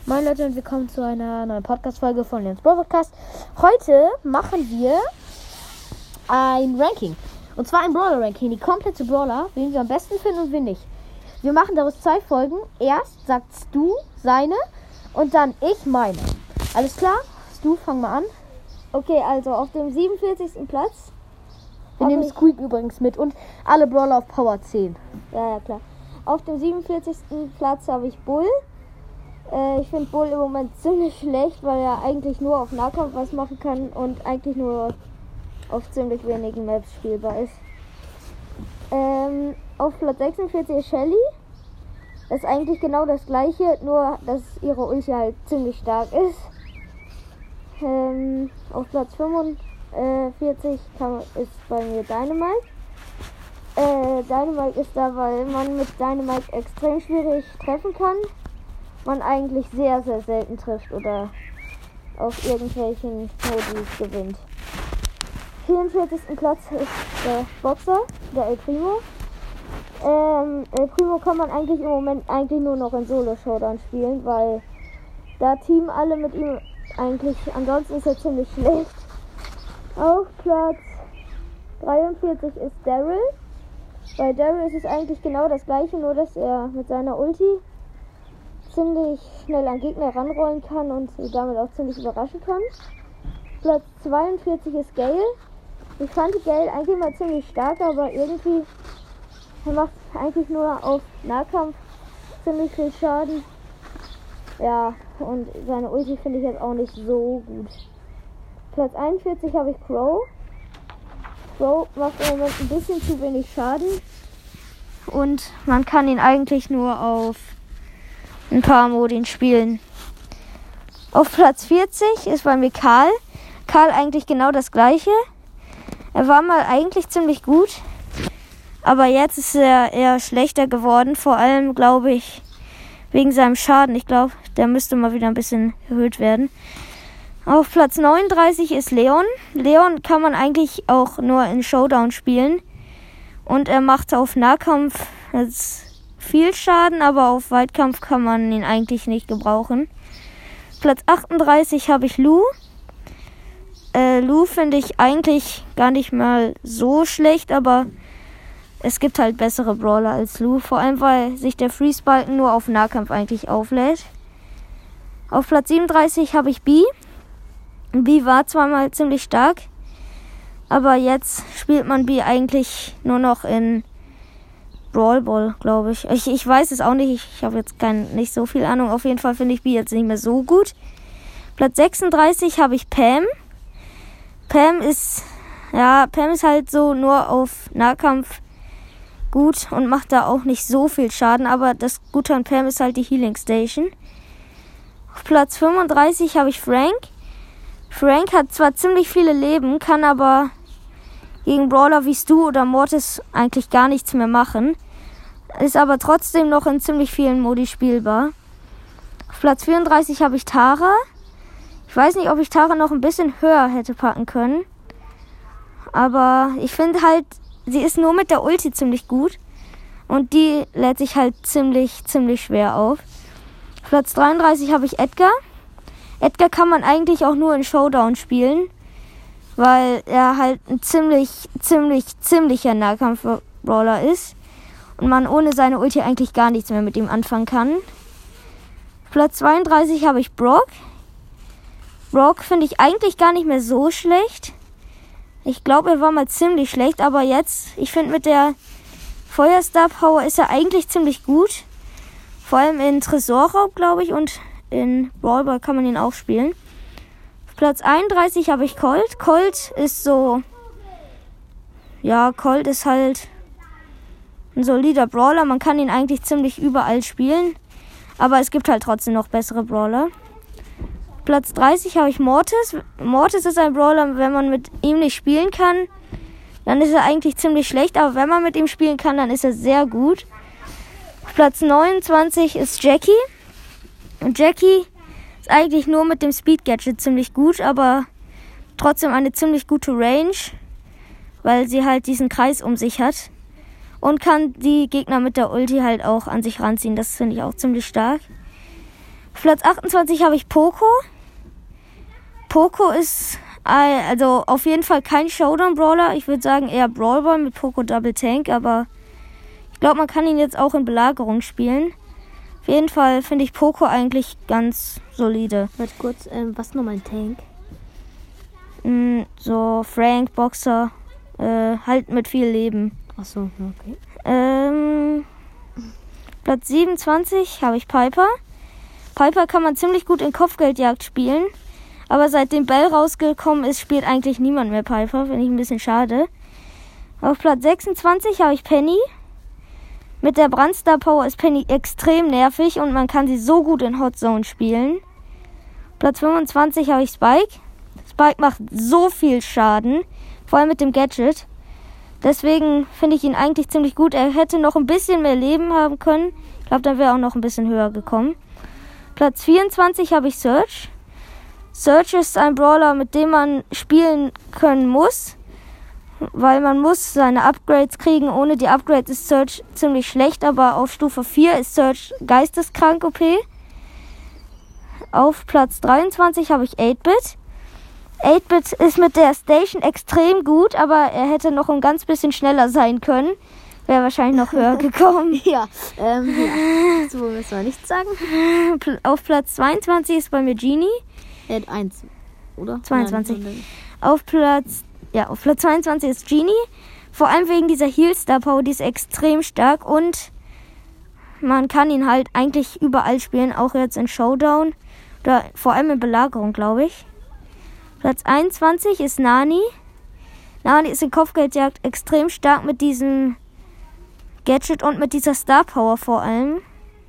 Moin Leute und willkommen zu einer neuen Podcast-Folge von Leons Brawl Podcast. Heute machen wir ein Ranking. Und zwar ein Brawler-Ranking. Die komplette Brawler, wen wir am besten finden und wen nicht. Wir machen daraus 2 Folgen. Erst sagst du seine und dann ich meine. Alles klar? Du, fang mal an. Okay, also auf dem 47. Platz. Wir nehmen Squeak übrigens mit und alle Brawler auf Power 10. Ja, klar. Auf dem 47. Platz habe ich Bull. Ich finde Bull im Moment ziemlich schlecht, weil er eigentlich nur auf Nahkampf was machen kann und eigentlich nur auf ziemlich wenigen Maps spielbar ist. Auf Platz 46 ist Shelly. Das ist eigentlich genau das gleiche, nur dass ihre Ulti halt ziemlich stark ist. Auf Platz 45 ist bei mir Dynamite. Dynamite ist da, weil man mit Dynamite extrem schwierig treffen kann. Man eigentlich sehr, sehr selten trifft oder auf irgendwelchen Modis gewinnt. 44. Platz ist der Boxer, der El Primo. El Primo kann man eigentlich im Moment nur noch in Solo-Showdown spielen, weil da teamen alle mit ihm eigentlich, ansonsten ist er ziemlich schlecht. Auf Platz 43 ist Daryl. Bei Daryl ist es eigentlich genau das gleiche, nur dass er mit seiner Ulti ziemlich schnell an Gegner ranrollen kann und sie damit auch ziemlich überraschen kann. Platz 42 ist Gale. Ich fand Gale eigentlich mal ziemlich stark, aber irgendwie er macht eigentlich nur auf Nahkampf ziemlich viel Schaden. Ja, und seine Ulti finde ich jetzt auch nicht so gut. Platz 41 habe ich Crow. Crow macht im Moment ein bisschen zu wenig Schaden und man kann ihn eigentlich nur auf ein paar Modi spielen. Auf Platz 40 ist bei mir Karl. Karl eigentlich genau das gleiche. Er war mal eigentlich ziemlich gut, aber jetzt ist er eher schlechter geworden. Vor allem, glaube ich, wegen seinem Schaden. Ich glaube, der müsste mal wieder ein bisschen erhöht werden. Auf Platz 39 ist Leon. Leon kann man eigentlich auch nur in Showdown spielen. Und er macht auf Nahkampf jetzt viel Schaden, aber auf Weitkampf kann man ihn eigentlich nicht gebrauchen. Platz 38 habe ich Lu. Lu finde ich eigentlich gar nicht mal so schlecht, aber es gibt halt bessere Brawler als Lu. Vor allem, weil sich der Freeze-Balken nur auf Nahkampf eigentlich auflädt. Auf Platz 37 habe ich Bee. Bee war zwar mal ziemlich stark, aber jetzt spielt man Bee eigentlich nur noch in Brawl Ball, glaube ich. Ich weiß es auch nicht. Ich habe jetzt nicht so viel Ahnung. Auf jeden Fall finde ich Bee jetzt nicht mehr so gut. Platz 36 habe ich Pam. Pam ist halt so nur auf Nahkampf gut und macht da auch nicht so viel Schaden. Aber das Gute an Pam ist halt die Healing Station. Auf Platz 35 habe ich Frank. Frank hat zwar ziemlich viele Leben, kann aber gegen Brawler wie Stu oder Mortis eigentlich gar nichts mehr machen. Ist aber trotzdem noch in ziemlich vielen Modi spielbar. Auf Platz 34 habe ich Tara. Ich weiß nicht, ob ich Tara noch ein bisschen höher hätte packen können. Aber ich finde halt, sie ist nur mit der Ulti ziemlich gut. Und die lädt sich halt ziemlich schwer auf. Auf Platz 33 habe ich Edgar. Edgar kann man eigentlich auch nur in Showdown spielen, weil er halt ein ziemlicher Nahkampf-Brawler ist und man ohne seine Ulti eigentlich gar nichts mehr mit ihm anfangen kann. Platz 32 habe ich Brock. Brock finde ich eigentlich gar nicht mehr so schlecht. Ich glaube, er war mal ziemlich schlecht, aber jetzt, ich finde mit der Feuerstar-Power ist er eigentlich ziemlich gut. Vor allem in Tresorraub, glaube ich, und in Brawl Ball kann man ihn auch spielen. Auf Platz 31 habe ich Colt. Colt ist Colt ist halt ein solider Brawler. Man kann ihn eigentlich ziemlich überall spielen. Aber es gibt halt trotzdem noch bessere Brawler. Platz 30 habe ich Mortis. Mortis ist ein Brawler, wenn man mit ihm nicht spielen kann, dann ist er eigentlich ziemlich schlecht. Aber wenn man mit ihm spielen kann, dann ist er sehr gut. Auf Platz 29 ist Jackie. Und Jackie ist eigentlich nur mit dem Speed Gadget ziemlich gut, aber trotzdem eine ziemlich gute Range, weil sie halt diesen Kreis um sich hat. Und kann die Gegner mit der Ulti halt auch an sich ranziehen. Das finde ich auch ziemlich stark. Auf Platz 28 habe ich Poco. Poco ist also auf jeden Fall kein Showdown-Brawler. Ich würde sagen eher Brawlball mit Poco Double Tank, aber ich glaube, man kann ihn jetzt auch in Belagerung spielen. Auf jeden Fall finde ich Poco eigentlich ganz solide. Warte kurz, was nochmal ein Tank? So Frank, Boxer, halt mit viel Leben. Achso, okay. Platz 27 habe ich Piper. Piper kann man ziemlich gut in Kopfgeldjagd spielen. Aber seitdem Bell rausgekommen ist, spielt eigentlich niemand mehr Piper. Finde ich ein bisschen schade. Auf Platz 26 habe ich Penny. Mit der Brandstar Power ist Penny extrem nervig und man kann sie so gut in Hot Zone spielen. Platz 25 habe ich Spike. Spike macht so viel Schaden, vor allem mit dem Gadget. Deswegen finde ich ihn eigentlich ziemlich gut. Er hätte noch ein bisschen mehr Leben haben können. Ich glaube, dann wäre er auch noch ein bisschen höher gekommen. Platz 24 habe ich Surge. Surge ist ein Brawler, mit dem man spielen können muss, weil man muss seine Upgrades kriegen. Ohne die Upgrades ist Surge ziemlich schlecht, aber auf Stufe 4 ist Surge geisteskrank OP. Auf Platz 23 habe ich 8-Bit. 8-Bit ist mit der Station extrem gut, aber er hätte noch ein ganz bisschen schneller sein können. Wäre wahrscheinlich noch höher gekommen. Ja, so müssen wir nichts sagen. Auf Platz 22 ist bei mir Genie. 1, oder? 22. Auf Platz 22 ist Genie. Vor allem wegen dieser Heal-Star Power, die ist extrem stark und man kann ihn halt eigentlich überall spielen, auch jetzt in Showdown oder vor allem in Belagerung, glaube ich. Platz 21 ist Nani. Nani ist in Kopfgeldjagd extrem stark mit diesem Gadget und mit dieser Star Power vor allem.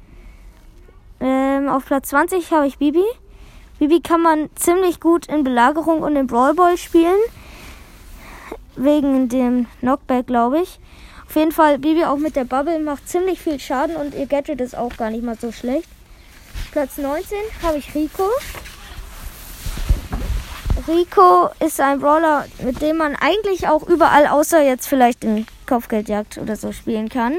Auf Platz 20 habe ich Bibi. Bibi kann man ziemlich gut in Belagerung und in Brawl Ball spielen. Wegen dem Knockback, glaube ich. Auf jeden Fall, Bibi auch mit der Bubble macht ziemlich viel Schaden und ihr Gadget ist auch gar nicht mal so schlecht. Platz 19 habe ich Rico. Rico ist ein Brawler, mit dem man eigentlich auch überall, außer jetzt vielleicht in Kopfgeldjagd oder so, spielen kann.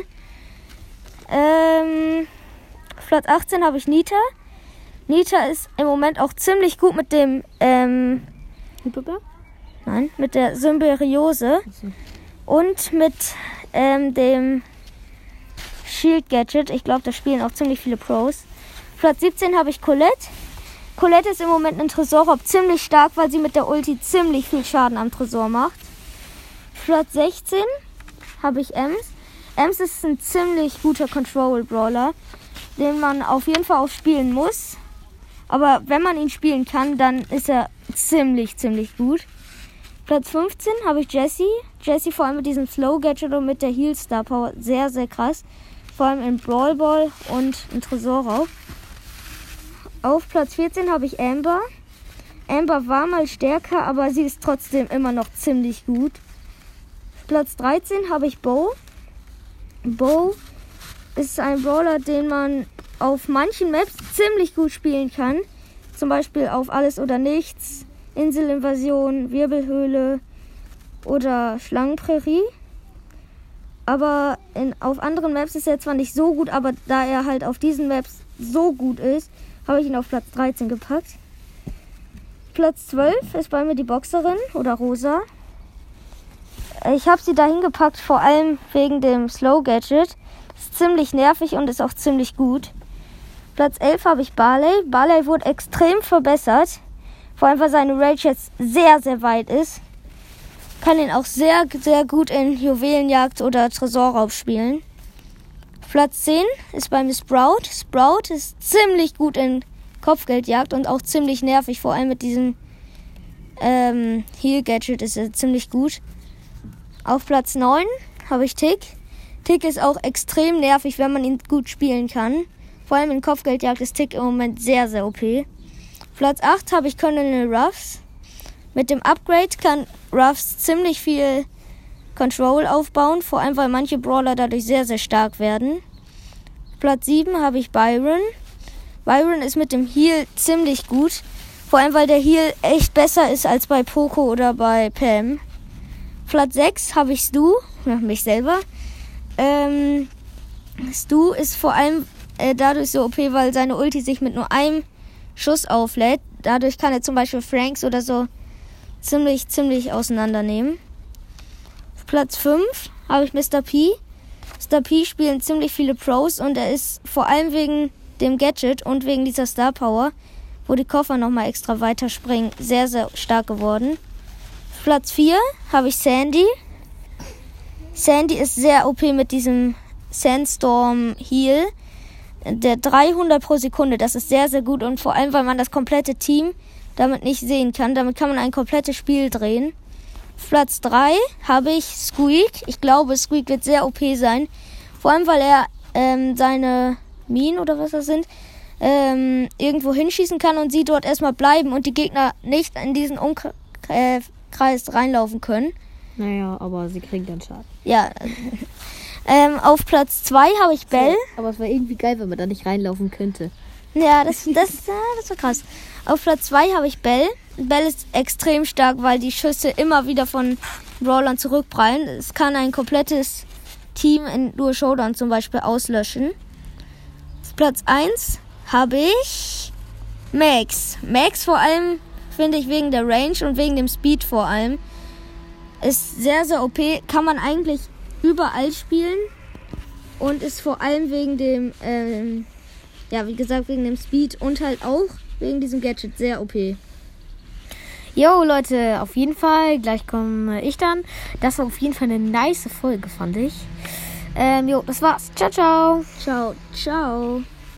Auf Platz 18 habe ich Nita. Nita ist im Moment auch ziemlich gut mit dem Hyperbär? Nein, mit der Symbiose und mit dem Shield Gadget. Ich glaube, da spielen auch ziemlich viele Pros. Platz 17 habe ich Colette. Colette ist im Moment ein Tresorraub ziemlich stark, weil sie mit der Ulti ziemlich viel Schaden am Tresor macht. Platz 16 habe ich Ems. Ems ist ein ziemlich guter Control-Brawler, den man auf jeden Fall auch spielen muss. Aber wenn man ihn spielen kann, dann ist er ziemlich gut. Platz 15 habe ich Jessie. Jessie vor allem mit diesem Slow-Gadget und mit der Heal-Star Power sehr krass. Vor allem in Brawl Ball und in Tresorraub. Auf Platz 14 habe ich Amber. Amber war mal stärker, aber sie ist trotzdem immer noch ziemlich gut. Platz 13 habe ich Bo. Bo ist ein Brawler, den man auf manchen Maps ziemlich gut spielen kann. Zum Beispiel auf Alles oder Nichts, Inselinvasion, Wirbelhöhle oder Schlangenprärie. Aber auf anderen Maps ist er zwar nicht so gut, aber da er halt auf diesen Maps so gut ist, habe ich ihn auf Platz 13 gepackt. Platz 12 ist bei mir die Boxerin oder Rosa. Ich habe sie dahin gepackt, vor allem wegen dem Slow Gadget. Ist ziemlich nervig und ist auch ziemlich gut. Platz 11 habe ich Barley. Barley wurde extrem verbessert. Vor allem, weil seine Range jetzt sehr weit ist. Kann ihn auch sehr gut in Juwelenjagd oder Tresorraub spielen. Platz 10 ist bei mir Sprout. Sprout ist ziemlich gut in Kopfgeldjagd und auch ziemlich nervig. Vor allem mit diesem Heal-Gadget ist er ziemlich gut. Auf Platz 9 habe ich Tick. Tick ist auch extrem nervig, wenn man ihn gut spielen kann. Vor allem in Kopfgeldjagd ist Tick im Moment sehr OP. Platz 8 habe ich Colonel Ruffs. Mit dem Upgrade kann Ruffs ziemlich viel Control aufbauen, vor allem weil manche Brawler dadurch sehr stark werden. Platz 7 habe ich Byron. Byron ist mit dem Heal ziemlich gut, vor allem weil der Heal echt besser ist als bei Poco oder bei Pam. Platz 6 habe ich Stu, mich selber. Stu ist vor allem dadurch so OP, weil seine Ulti sich mit nur einem Schuss auflädt. Dadurch kann er zum Beispiel Franks oder so ziemlich auseinandernehmen. Auf Platz 5 habe ich Mr. P. Mr. P spielen ziemlich viele Pros und er ist vor allem wegen dem Gadget und wegen dieser Star Power, wo die Koffer nochmal extra weiterspringen, sehr, sehr stark geworden. Auf Platz 4 habe ich Sandy. Sandy ist sehr OP mit diesem Sandstorm Heal. Der 300 pro Sekunde, das ist sehr, sehr gut und vor allem, weil man das komplette Team damit nicht sehen kann. Damit kann man ein komplettes Spiel drehen. Auf Platz 3 habe ich Squeak. Ich glaube, Squeak wird sehr OP sein. Vor allem, weil er seine Minen oder was das sind, irgendwo hinschießen kann und sie dort erstmal bleiben und die Gegner nicht in diesen Kreis reinlaufen können. Naja, aber sie kriegen dann Schaden. Ja. Auf Platz 2 habe ich Bell. Aber es wäre irgendwie geil, wenn man da nicht reinlaufen könnte. Ja, das war krass. Auf Platz 2 habe ich Bell. Bell ist extrem stark, weil die Schüsse immer wieder von Brawlern zurückprallen. Es kann ein komplettes Team in Duo Showdown zum Beispiel auslöschen. Auf Platz 1 habe ich Max. Max vor allem, finde ich, wegen der Range und wegen dem Speed vor allem. Ist sehr, sehr OP. Kann man eigentlich überall spielen. Und ist vor allem wegen dem, wie gesagt, wegen dem Speed und halt auch wegen diesem Gadget sehr OP. Jo, Leute, auf jeden Fall. Gleich komme ich dann. Das war auf jeden Fall eine nice Folge, fand ich. Das war's. Ciao, ciao. Ciao, ciao.